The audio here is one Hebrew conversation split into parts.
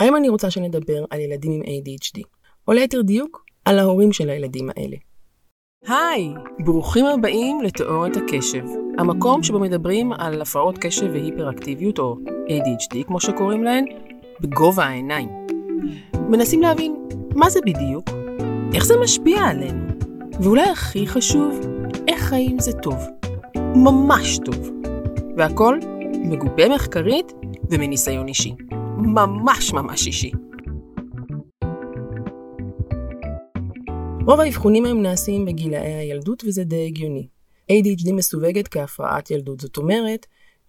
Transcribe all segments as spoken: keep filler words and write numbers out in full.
היום אני רוצה שנדבר על ילדים עם איי די אייץ' די, או ליתר דיוק, על ההורים של הילדים האלה. היי, ברוכים הבאים לתיאוריית הקשב, המקום שבו מדברים על הפרעות קשב והיפראקטיביות, או איי די אייץ' די כמו שקוראים להן, בגובה העיניים. מנסים להבין מה זה בדיוק, איך זה משפיע עלינו, ואולי הכי חשוב, איך חיים זה טוב, ממש טוב. והכל מגובה מחקרית ומניסיון אישי, ממש ממש אישי. רוב האבחונים הם נעשים בגילאי הילדות, וזה די הגיוני. איי די אייץ' די מסווגת כהפרעת ילדות, זאת אומרת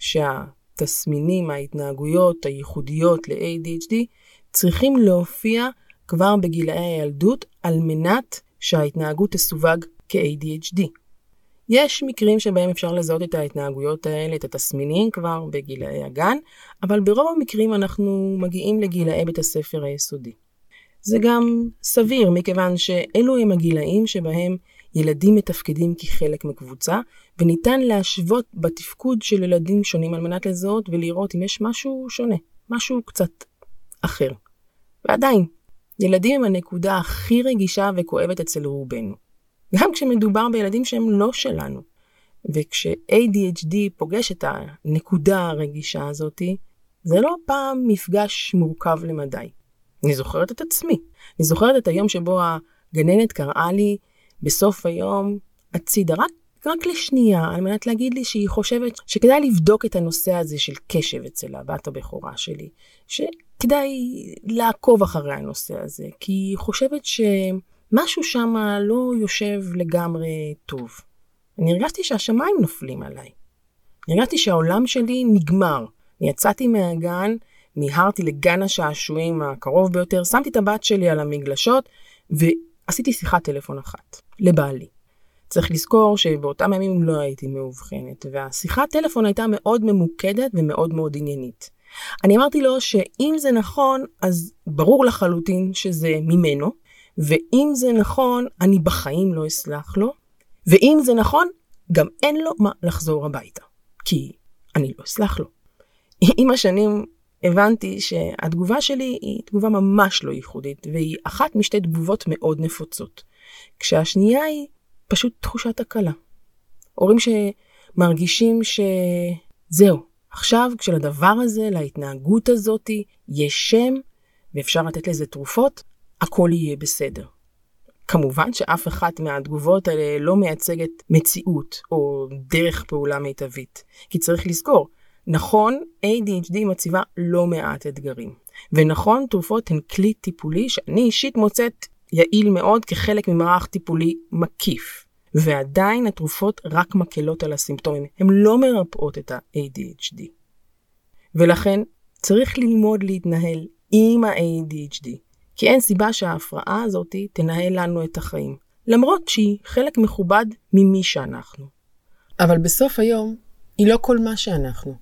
שהתסמינים, ההתנהגויות הייחודיות ל-איי די אייץ' די צריכים להופיע כבר בגילאי הילדות על מנת שההתנהגות תסווג כ-איי די אייץ' די. יש מקרים שבהם אפשר לזהות את ההתנהגויות האלה, את התסמינים כבר בגילאי הגן, אבל ברוב המקרים אנחנו מגיעים לגילאי בית הספר היסודי. זה גם סביר, מכיוון שאלו הם הגילאים שבהם ילדים מתפקדים כחלק מקבוצה, וניתן להשוות בתפקוד של ילדים שונים על מנת לזהות ולראות אם יש משהו שונה, משהו קצת אחר. ועדיין, ילדים הם הנקודה הכי רגישה וכואבת אצל רובנו. גם כשמדובר בילדים שהם לא שלנו. וכש-איי די אייץ' די פוגש את הנקודה הרגישה הזאת, זה לא פעם מפגש מורכב למדי. אני זוכרת את עצמי. אני זוכרת את היום שבו הגננת קראה לי בסוף היום הצידה, רק, רק לשנייה, על מנת להגיד לי שהיא חושבת שכדאי לבדוק את הנושא הזה של קשב אצל הבת הבכורה שלי. שכדאי לעקוב אחרי הנושא הזה, כי היא חושבת ש... משהו שם לא יושב לגמרי טוב. אני הרגשתי שהשמיים נופלים עליי. אני הרגשתי שהעולם שלי נגמר. אני יצאתי מהגן, מיהרתי לגן השעשועים הקרוב ביותר, שמתי את הבת שלי על המגלשות, ועשיתי שיחת טלפון אחת, לבעלי. צריך לזכור שבאותם ימים לא הייתי מאובחנת, והשיחת טלפון הייתה מאוד ממוקדת ומאוד מאוד עניינית. אני אמרתי לו שאם זה נכון, אז ברור לחלוטין שזה ממנו, ואם זה נכון, אני בחיים לא אסלח לו, ואם זה נכון, גם אין לו מה לחזור הביתה, כי אני לא אסלח לו. עם השנים הבנתי שהתגובה שלי היא תגובה ממש לא ייחודית, והיא אחת משתי תגובות מאוד נפוצות, כשהשנייה היא פשוט תחושת הקלה. הורים שמרגישים שזהו, עכשיו כשלדבר הזה, להתנהגות הזאת, יש שם, ואפשר לתת לזה תרופות, הכל יהיה בסדר. כמובן שאף אחת מהתגובות האלה לא מייצגת מציאות או דרך פעולה מיטבית. כי צריך לזכור, נכון, איי די אייץ' די מציבה לא מעט אתגרים. ונכון, תרופות הן כלי טיפולי שאני אישית מוצאת יעיל מאוד כחלק ממערך טיפולי מקיף. ועדיין התרופות רק מקלות על הסימפטומים. הן לא מרפאות את ה-איי די אייץ' די. ולכן צריך ללמוד להתנהל עם ה-איי די אייץ' די. כי אין סיבה שההפרעה הזאת תנהל לנו את החיים, למרות שהיא חלק מכובד ממי שאנחנו. אבל בסוף היום היא לא כל מה שאנחנו.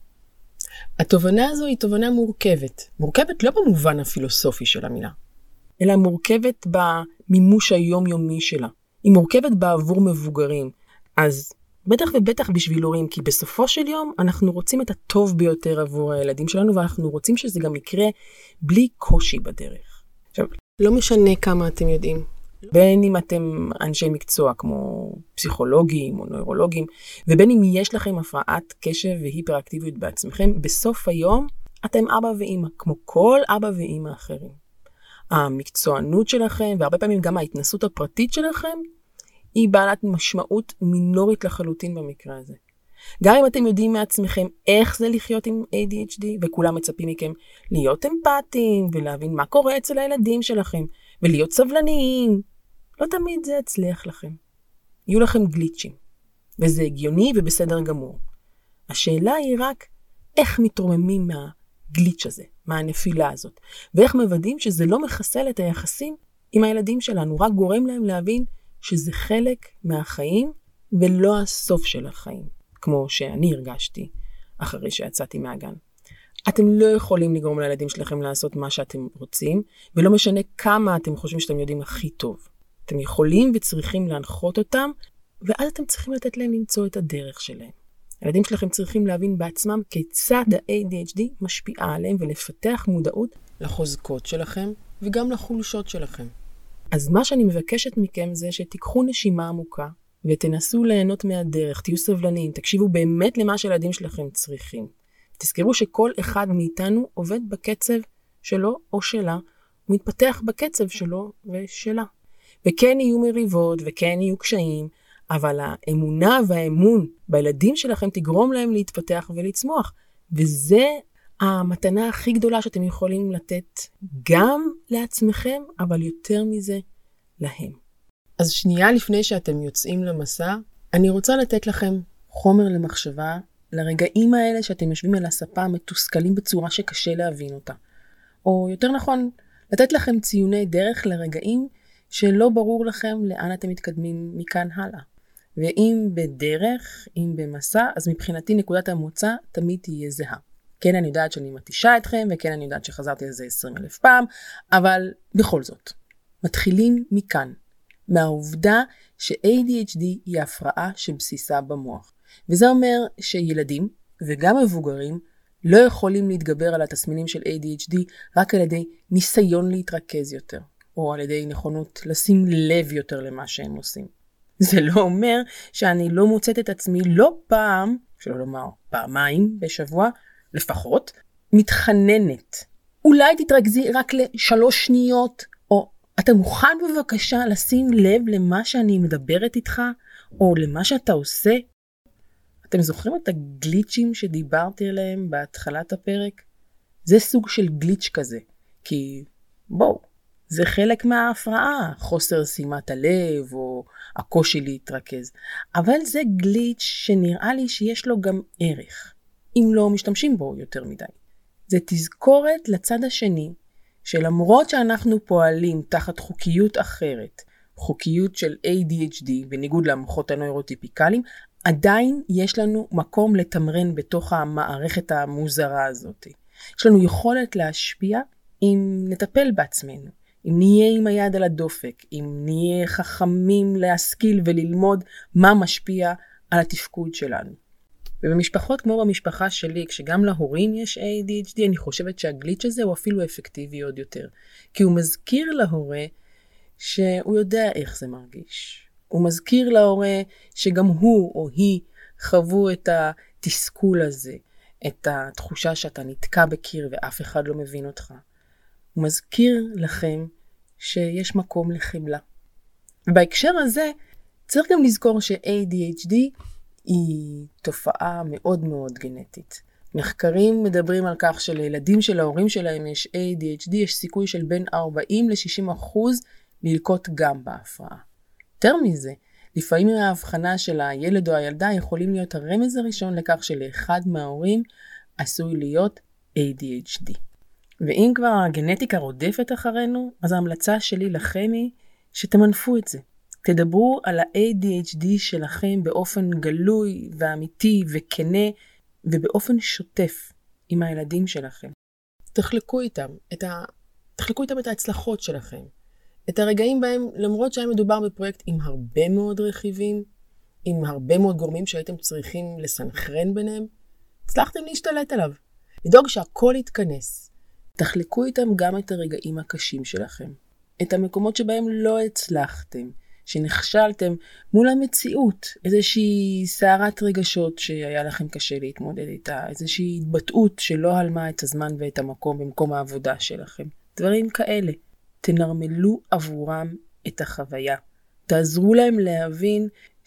התובנה הזו היא תובנה מורכבת. מורכבת לא במובן הפילוסופי של המילה, אלא מורכבת במימוש היומיומי שלה. היא מורכבת בעבור מבוגרים. אז בטח ובטח בשביל הורים, כי בסופו של יום אנחנו רוצים את הטוב ביותר עבור הילדים שלנו, ואנחנו רוצים שזה גם יקרה בלי קושי בדרך. עכשיו, לא משנה כמה אתם יודעים, בין אם אתם אנשי מקצוע כמו פסיכולוגים או נוירולוגים, ובין אם יש לכם הפרעת קשב והיפראקטיביות בעצמכם, בסוף היום אתם אבא ואמא, כמו כל אבא ואמא אחרים. המקצוענות שלכם, והרבה פעמים גם ההתנסות הפרטית שלכם, היא בעלת משמעות מינורית לחלוטין במקרה הזה. גם אם אתם יודעים מעצמכם איך זה לחיות עם איי די אייץ' די, וכולם מצפים מכם להיות אמפתיים, ולהבין מה קורה אצל הילדים שלכם, ולהיות סבלניים, לא תמיד זה יצליח לכם. יהיו לכם גליצ'ים, וזה הגיוני ובסדר גמור. השאלה היא רק איך מתרוממים מהגליץ' הזה, מהנפילה הזאת, ואיך מוודאים שזה לא מחסל את היחסים עם הילדים שלנו, רק גורם להם להבין שזה חלק מהחיים, ולא הסוף של החיים. כמו שאני הרגשתי אחרי שיצאתי מהגן. אתם לא יכולים לגרום לילדים שלכם לעשות מה שאתם רוצים, ולא משנה כמה אתם חושבים שאתם יודעים הכי טוב. אתם יכולים וצריכים להנחות אותם, ואז אתם צריכים לתת להם למצוא את הדרך שלהם. הילדים שלכם צריכים להבין בעצמם כיצד ה-איי די אייץ' די משפיעה עליהם, ולפתח מודעות לחוזקות שלכם וגם לחולשות שלכם. אז מה שאני מבקשת מכם זה שתיקחו נשימה עמוקה ותנסו ליהנות מהדרך, תהיו סבלניים, תקשיבו באמת למה שהילדים שלכם צריכים. תזכרו שכל אחד מאיתנו עובד בקצב שלו או שלה, הוא מתפתח בקצב שלו ושלה. וכן יהיו מריבות וכן יהיו קשיים, אבל האמונה והאמון בילדים שלכם תגרום להם להתפתח ולצמוח. וזה המתנה הכי גדולה שאתם יכולים לתת גם לעצמכם, אבל יותר מזה להם. אז שנייה לפני שאתם יוצאים למסע, אני רוצה לתת לכם חומר למחשבה לרגעים האלה שאתם יושבים על הספה מתוסכלים בצורה שקשה להבין אותה. או יותר נכון, לתת לכם ציוני דרך לרגעים שלא ברור לכם לאן אתם מתקדמים מכאן הלאה. ואם בדרך, אם במסע, אז מבחינתי נקודת המוצא תמיד תהיה זהה. כן, אני יודעת שאני מתישה אתכם, וכן, אני יודעת שחזרתי על זה עשרים אלף פעם, אבל בכל זאת, מתחילים מכאן, מהעובדה ש-איי די אייץ' די היא הפרעה שבסיסה במוח. וזה אומר שילדים וגם מבוגרים לא יכולים להתגבר על התסמינים של איי די אייץ' די רק על ידי ניסיון להתרכז יותר, או על ידי נכונות לשים לב יותר למה שהם עושים. זה לא אומר שאני לא מוצאת את עצמי לא פעם, שלא לומר פעמיים בשבוע, לפחות, מתחננת. אולי תתרכזי רק לשלוש שניות, או אתה מוכן בבקשה לשים לב למה שאני מדברת איתך, או למה שאתה עושה? אתם זוכרים את הגליצ'ים שדיברתי עליהם בהתחלת הפרק? זה סוג של גליץ' כזה, כי בואו, זה חלק מההפרעה, חוסר שימת הלב או הקושי להתרכז. אבל זה גליץ' שנראה לי שיש לו גם ערך, אם לא משתמשים בו יותר מדי. זה תזכורת לצד השני, שלמרות שאנחנו פועלים תחת חוקיות אחרת, חוקיות של איי די אייץ' די, בניגוד למוחות הנוירוטיפיקליים, עדיין יש לנו מקום לתמרן בתוך המערכת המוזרה הזאת. יש לנו יכולת להשפיע אם נטפל בעצמנו, אם נהיה עם היד על הדופק, אם נהיה חכמים להשכיל וללמוד מה משפיע על התפקוד שלנו. ובמשפחות כמו במשפחה שלי, כשגם להורים יש איי די אייץ' די, אני חושבת שהגליץ' הזה הוא אפילו אפקטיבי עוד יותר. כי הוא מזכיר להורה שהוא יודע איך זה מרגיש. הוא מזכיר להורה שגם הוא או היא חוו את התסכול הזה, את התחושה שאתה נתקע בקיר ואף אחד לא מבין אותך. הוא מזכיר לכם שיש מקום לחמלה. ובהקשר הזה צריך גם לזכור ש-איי די אייץ' די היא תופעה מאוד מאוד גנטית. מחקרים מדברים על כך שלילדים של ההורים שלהם יש איי די אייץ' די, יש סיכוי של בין ארבעים לשישים אחוז ללקות גם בהפרעה. יותר מזה, לפעמים ההבחנה של הילד או הילדה יכולים להיות הרמז הראשון לכך שלאחד מההורים עשוי להיות איי די אייץ' די. ואם כבר הגנטיקה רודפת אחרינו, אז ההמלצה שלי לכם היא שתמנפו את זה. תדברו על ה-איי די אייץ' די שלכם באופן גלוי ואמיתי וכנה ובאופן שוטף עם הילדים שלכם. תחלקו איתם את ה... תחלקו איתם את ההצלחות שלכם. את הרגעים בהם, למרות שהיה מדובר בפרויקט עם הרבה מאוד רכיבים, עם הרבה מאוד גורמים שהייתם צריכים לסנכרן ביניהם, הצלחתם להשתלט עליו. לדאוג שהכל יתכנס. תחלקו איתם גם את הרגעים הקשים שלכם. את המקומות שבהם לא הצלחתם, שנכשלתם מול המציאות, איזושהי סערת רגשות שהיה לכם קשה להתמודד איתה, איזושהי התבטאות שלא הלמה את הזמן ואת המקום במקום העבודה שלכם. דברים כאלה. תנרמלו עבורם את החוויה. תעזרו להם להבין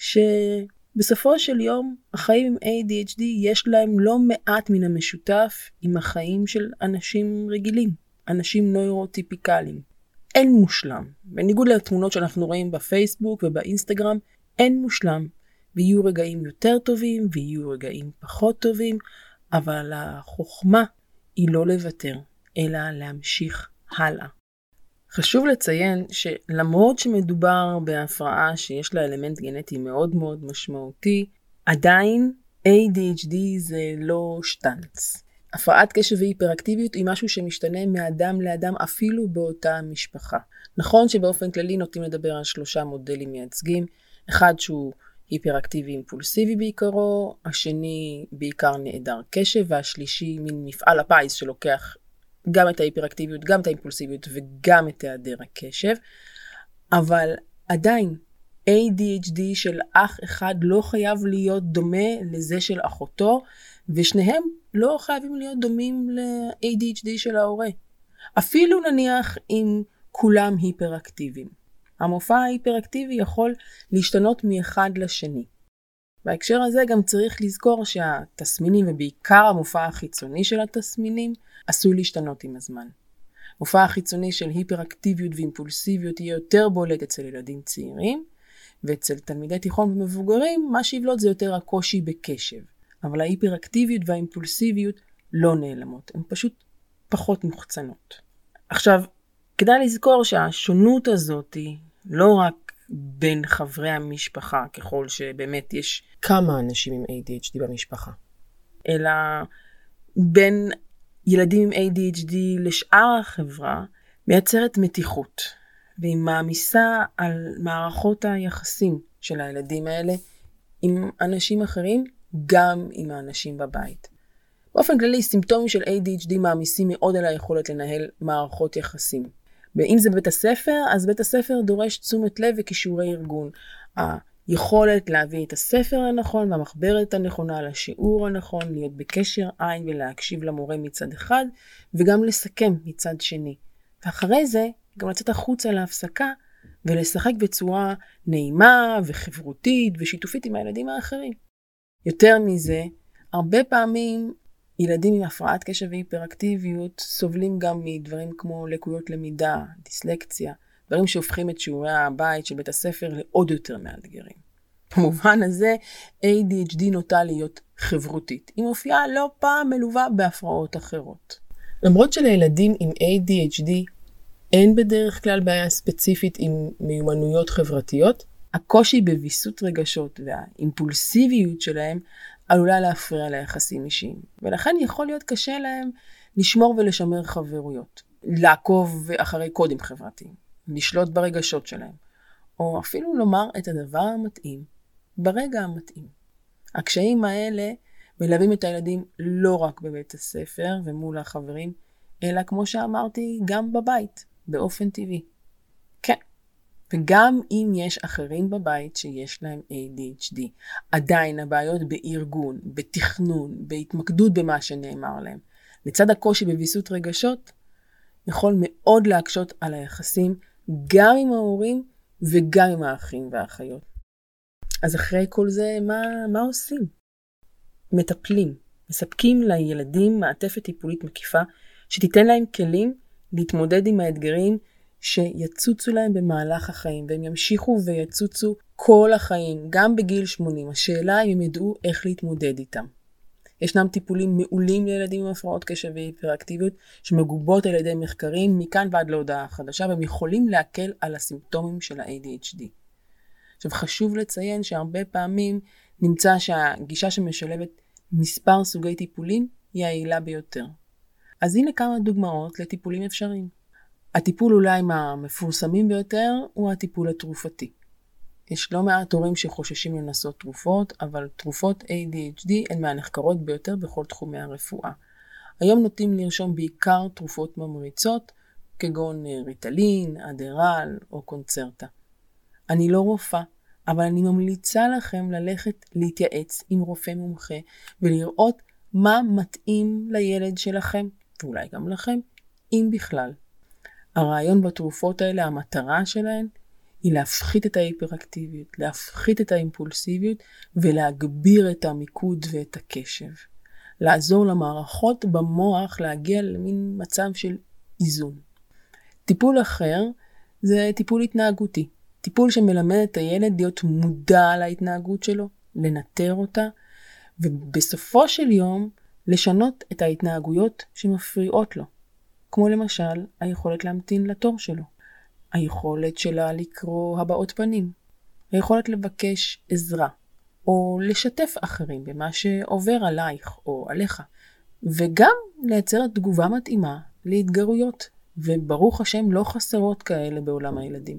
שבסופו של יום החיים עם איי די אייץ' די יש להם לא מעט מן המשותף עם החיים של אנשים רגילים, אנשים נוירוטיפיקליים. אין מושלם. בניגוד לתמונות שאנחנו רואים בפייסבוק ובאינסטגרם, אין מושלם. ויהיו רגעים יותר טובים ויהיו רגעים פחות טובים, אבל החוכמה היא לא לוותר, אלא להמשיך הלאה. חשוב לציין שלמרות שמדובר בהפרעה שיש לה אלמנט גנטי מאוד מאוד משמעותי, עדיין איי די אייץ' די זה לא שטנץ. הפרעת קשב והיפראקטיביות היא משהו שמשתנה מאדם לאדם אפילו באותה משפחה. נכון שבאופן כללי נוטים לדבר על שלושה מודלים מייצגים, אחד שהוא היפראקטיבי אימפולסיבי בעיקרו, השני בעיקר נעדר קשב, והשלישי מין מפעל הפיס שלוקח גם את ההיפראקטיביות, גם את האימפולסיביות וגם את היעדר הקשב, אבל עדיין איי די אייץ' די של אח אחד לא חייב להיות דומה לזה של אחותו, ושניהם לא חייבים להיות דומים ל-איי די אייץ' די של ההורה. אפילו נניח אם כולם היפראקטיביים. המופע ההיפראקטיבי יכול להשתנות מאחד לשני. בהקשר הזה גם צריך לזכור שהתסמינים, ובעיקר המופע החיצוני של התסמינים, עשוי להשתנות עם הזמן. מופע החיצוני של היפראקטיביות ואימפולסיביות יהיה יותר בולט אצל ילדים צעירים, ואצל תלמידי תיכון ומבוגרים, מה שיבלוט זה יותר הקושי בקשב. אבל ההיפראקטיביות והאימפולסיביות לא נעלמות, הן פשוט פחות מוחצנות. עכשיו, כדאי לזכור שהשונות הזאת היא לא רק בין חברי המשפחה, ככל שבאמת יש כמה אנשים עם איי די אייץ' די במשפחה, אלא בין ילדים עם איי די אייץ' די לשאר החברה, מייצרת מתיחות, והיא מעמיסה על מערכות היחסים של הילדים האלה עם אנשים אחרים, גם עם האנשים בבית. באופן כללי, סימפטומים של איי די אייץ' די מעמיסים מאוד על היכולת לנהל מערכות יחסים. ואם זה בית הספר, אז בית הספר דורש תשומת לב וכישורי ארגון. היכולת להביא את הספר הנכון והמחברת הנכונה לשיעור הנכון, להיות בקשר עין ולהקשיב למורה מצד אחד, וגם לסכם מצד שני. ואחרי זה, גם לצאת החוצה להפסקה, ולשחק בצורה נעימה וחברותית ושיתופית עם הילדים האחרים. יותר מזה, הרבה פעמים ילדים עם הפרעת קשב והיפראקטיביות סובלים גם מדברים כמו לקויות למידה, דיסלקציה, דברים שהופכים את שיעורי הבית של בית הספר לעוד יותר מאתגרים. במובן הזה, איי די אייץ' די נוטה להיות חברותית. היא מופיעה לא פעם מלווה בהפרעות אחרות. למרות שלילדים עם איי די אייץ' די אין בדרך כלל בעיה ספציפית עם מיומנויות חברתיות, הקושי בוויסות רגשות והאימפולסיביות שלהם עלולה להפריע ליחסים אישיים. ולכן יכול להיות קשה להם לשמור ולשמר חברויות, לעקוב אחרי קודים חברתיים, לשלוט ברגשות שלהם, או אפילו לומר את הדבר המתאים ברגע המתאים. הקשיים האלה מלווים את הילדים לא רק בבית הספר ומול החברים, אלא כמו שאמרתי, גם בבית, באופן טבעי. כן. וגם אם יש אחרים בבית שיש להם איי די אייץ' די, עדיין הבעיות בארגון, בתכנון, בהתמקדות במה שנאמר להם, לצד הקושי בוויסות רגשות, יכול מאוד להקשות על היחסים גם עם ההורים וגם עם האחים והאחיות. אז אחרי כל זה, מה, מה עושים? מטפלים, מספקים לילדים מעטפת טיפולית מקיפה, שתיתן להם כלים להתמודד עם האתגרים שיצוצו להם במהלך החיים, והם ימשיכו ויצוצו כל החיים, גם בגיל שמונים. השאלה אם הם ידעו איך להתמודד איתם. ישנם טיפולים מעולים לילדים עם הפרעות קשב והיפראקטיביות, שמגובות על ידי מחקרים מכאן ועד להודעה חדשה, והם יכולים להקל על הסימפטומים של ה-איי די אייץ' די. עכשיו חשוב לציין שהרבה פעמים נמצא שהגישה שמשלבת מספר סוגי טיפולים היא היעילה ביותר. אז הנה כמה דוגמאות לטיפולים אפשריים. הטיפול אולי מהמפורסמים ביותר הוא הטיפול התרופתי. יש לא מעט הורים שחוששים לנסות תרופות, אבל תרופות איי די אייץ' די הן מהנחקרות ביותר בכל תחומי הרפואה. היום נוטים לרשום בעיקר תרופות ממריצות, כגון ריטלין, אדרל או קונצרטה. אני לא רופאה, אבל אני ממליצה לכם ללכת להתייעץ עם רופא מומחה, ולראות מה מתאים לילד שלכם, ואולי גם לכם, אם בכלל. הרעיון בתרופות האלה, המטרה שלהן, היא להפחית את ההיפראקטיביות, להפחית את האימפולסיביות, ולהגביר את המיקוד ואת הקשב. לעזור למערכות במוח להגיע למין מצב של איזון. טיפול אחר זה טיפול התנהגותי. טיפול שמלמד את הילד להיות מודע על ההתנהגות שלו, לנטר אותה, ובסופו של יום לשנות את ההתנהגויות שמפריעות לו. כמו למשל היכולת להמתין לתור שלו, היכולת שלה לקרוא הבעות פנים, היכולת לבקש עזרה, או לשתף אחרים במה שעובר עלייך או עליך, וגם לייצר תגובה מתאימה להתגרויות, וברוך השם לא חסרות כאלה בעולם הילדים.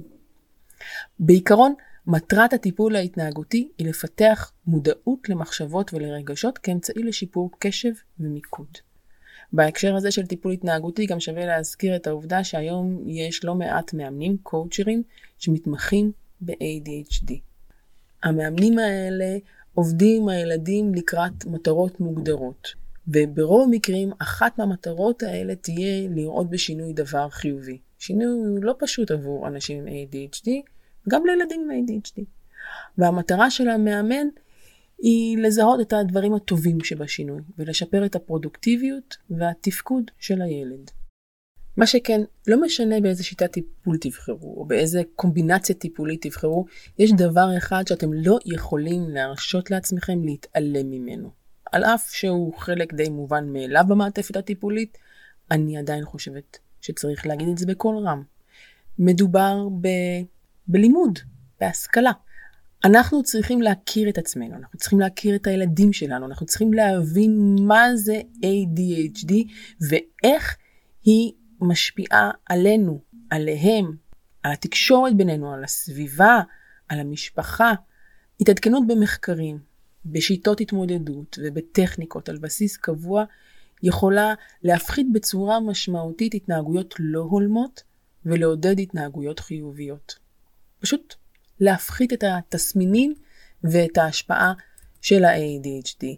בעיקרון, מטרת הטיפול ההתנהגותי היא לפתח מודעות למחשבות ולרגשות כאמצעי לשיפור קשב ומיקוד. בהקשר הזה של טיפול התנהגותי גם שווה להזכיר את העובדה שהיום יש לא מעט מאמנים, קואוצ'רים, שמתמחים ב-איי די אייץ' די. המאמנים האלה עובדים עם הילדים לקראת מטרות מוגדרות, וברוב המקרים אחת מהמטרות האלה תהיה לראות בשינוי דבר חיובי. שינוי לא פשוט עבור אנשים עם איי די אייץ' די, גם לילדים עם איי די אייץ' די. והמטרה של המאמן היא לזהות את הדברים הטובים שבשינוי, ולשפר את הפרודוקטיביות והתפקוד של הילד. מה שכן, לא משנה באיזה שיטת טיפול תבחרו, או באיזה קומבינציה טיפולית תבחרו, יש דבר אחד שאתם לא יכולים להרשות לעצמכם להתעלם ממנו. על אף שהוא חלק די מובן מאליו במעטפת הטיפולית, אני עדיין חושבת שצריך להגיד את זה בקול רם. מדובר ב... בלימוד, בהשכלה. אנחנו צריכים להכיר את עצמנו, אנחנו צריכים להכיר את הילדים שלנו, אנחנו צריכים להבין מה זה איי די אייץ' די ואיך היא משפיעה עלינו, עליהם, על התקשורת בינינו, על הסביבה, על המשפחה. התעדכנות במחקרים, בשיטות התמודדות ובטכניקות על בסיס קבוע יכולה להפחית בצורה משמעותית התנהגויות לא הולמות ולעודד התנהגויות חיוביות. פשוט להפחית את התסמינים ואת ההשפעה של ה-איי די אייץ' די,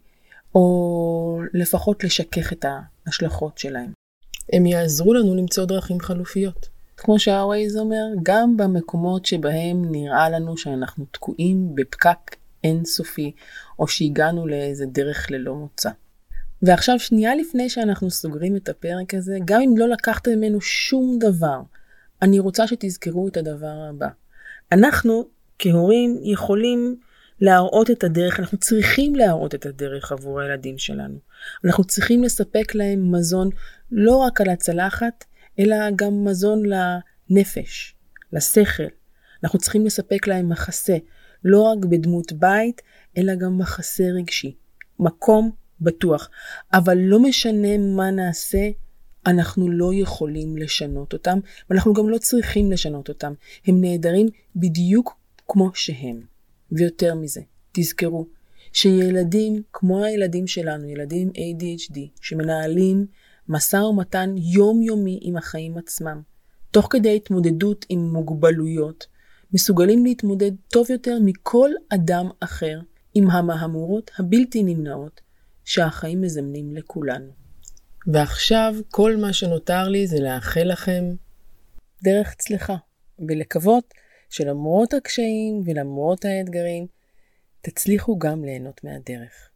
או לפחות לשכך את ההשלכות שלהם. הם יעזרו לנו למצוא דרכים חלופיות. כמו שהווייז אומר, גם במקומות שבהם נראה לנו שאנחנו תקועים בפקק אינסופי, או שהגענו לאיזה דרך ללא מוצא. ועכשיו שנייה לפני שאנחנו סוגרים את הפרק הזה, גם אם לא לקחת ממנו שום דבר, אני רוצה שתזכרו את הדבר הבא. אנחנו כהורים יכולים להראות את הדרך, אנחנו צריכים להראות את הדרך עבור הילדים שלנו. אנחנו צריכים לספק להם מזון לא רק על הצלחת, אלא גם מזון לנפש, לשכל. אנחנו צריכים לספק להם מחסה, לא רק בדמות בית, אלא גם מחסה רגשי. מקום בטוח. אבל לא משנה מה נעשה, אנחנו לא יכולים לשנות אותם, ואנחנו גם לא צריכים לשנות אותם. הם נהדרים בדיוק כמו שהם. ויותר מזה, תזכרו שילדים כמו הילדים שלנו, ילדים עם איי די אייץ' די, שמנהלים משא ומתן יומיומי עם החיים עצמם, תוך כדי התמודדות עם מוגבלויות, מסוגלים להתמודד טוב יותר מכל אדם אחר עם המהמורות הבלתי נמנעות שהחיים מזמנים לכולנו. ועכשיו כל מה שנותר לי זה לאחל לכם דרך צלחה, ולקוות שלמרות הקשיים ולמרות האתגרים, תצליחו גם ליהנות מהדרך.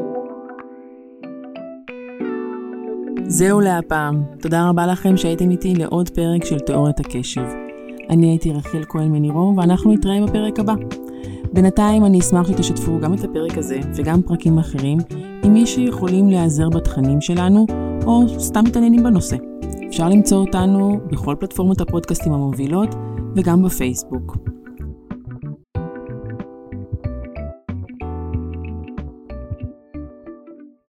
זהו להפעם. תודה רבה לכם שהייתם איתי לעוד פרק של תיאוריית הקשב. אני הייתי רחל כהן מנירום, ואנחנו נתראה בפרק הבא. בינתיים אני אשמח שתשתפו גם את הפרק הזה וגם פרקים אחרים עם מי שיכולים להיעזר בתכנים שלנו או סתם מתעניינים בנושא. אפשר למצוא אותנו בכל פלטפורמות הפודקאסטים המובילות וגם בפייסבוק.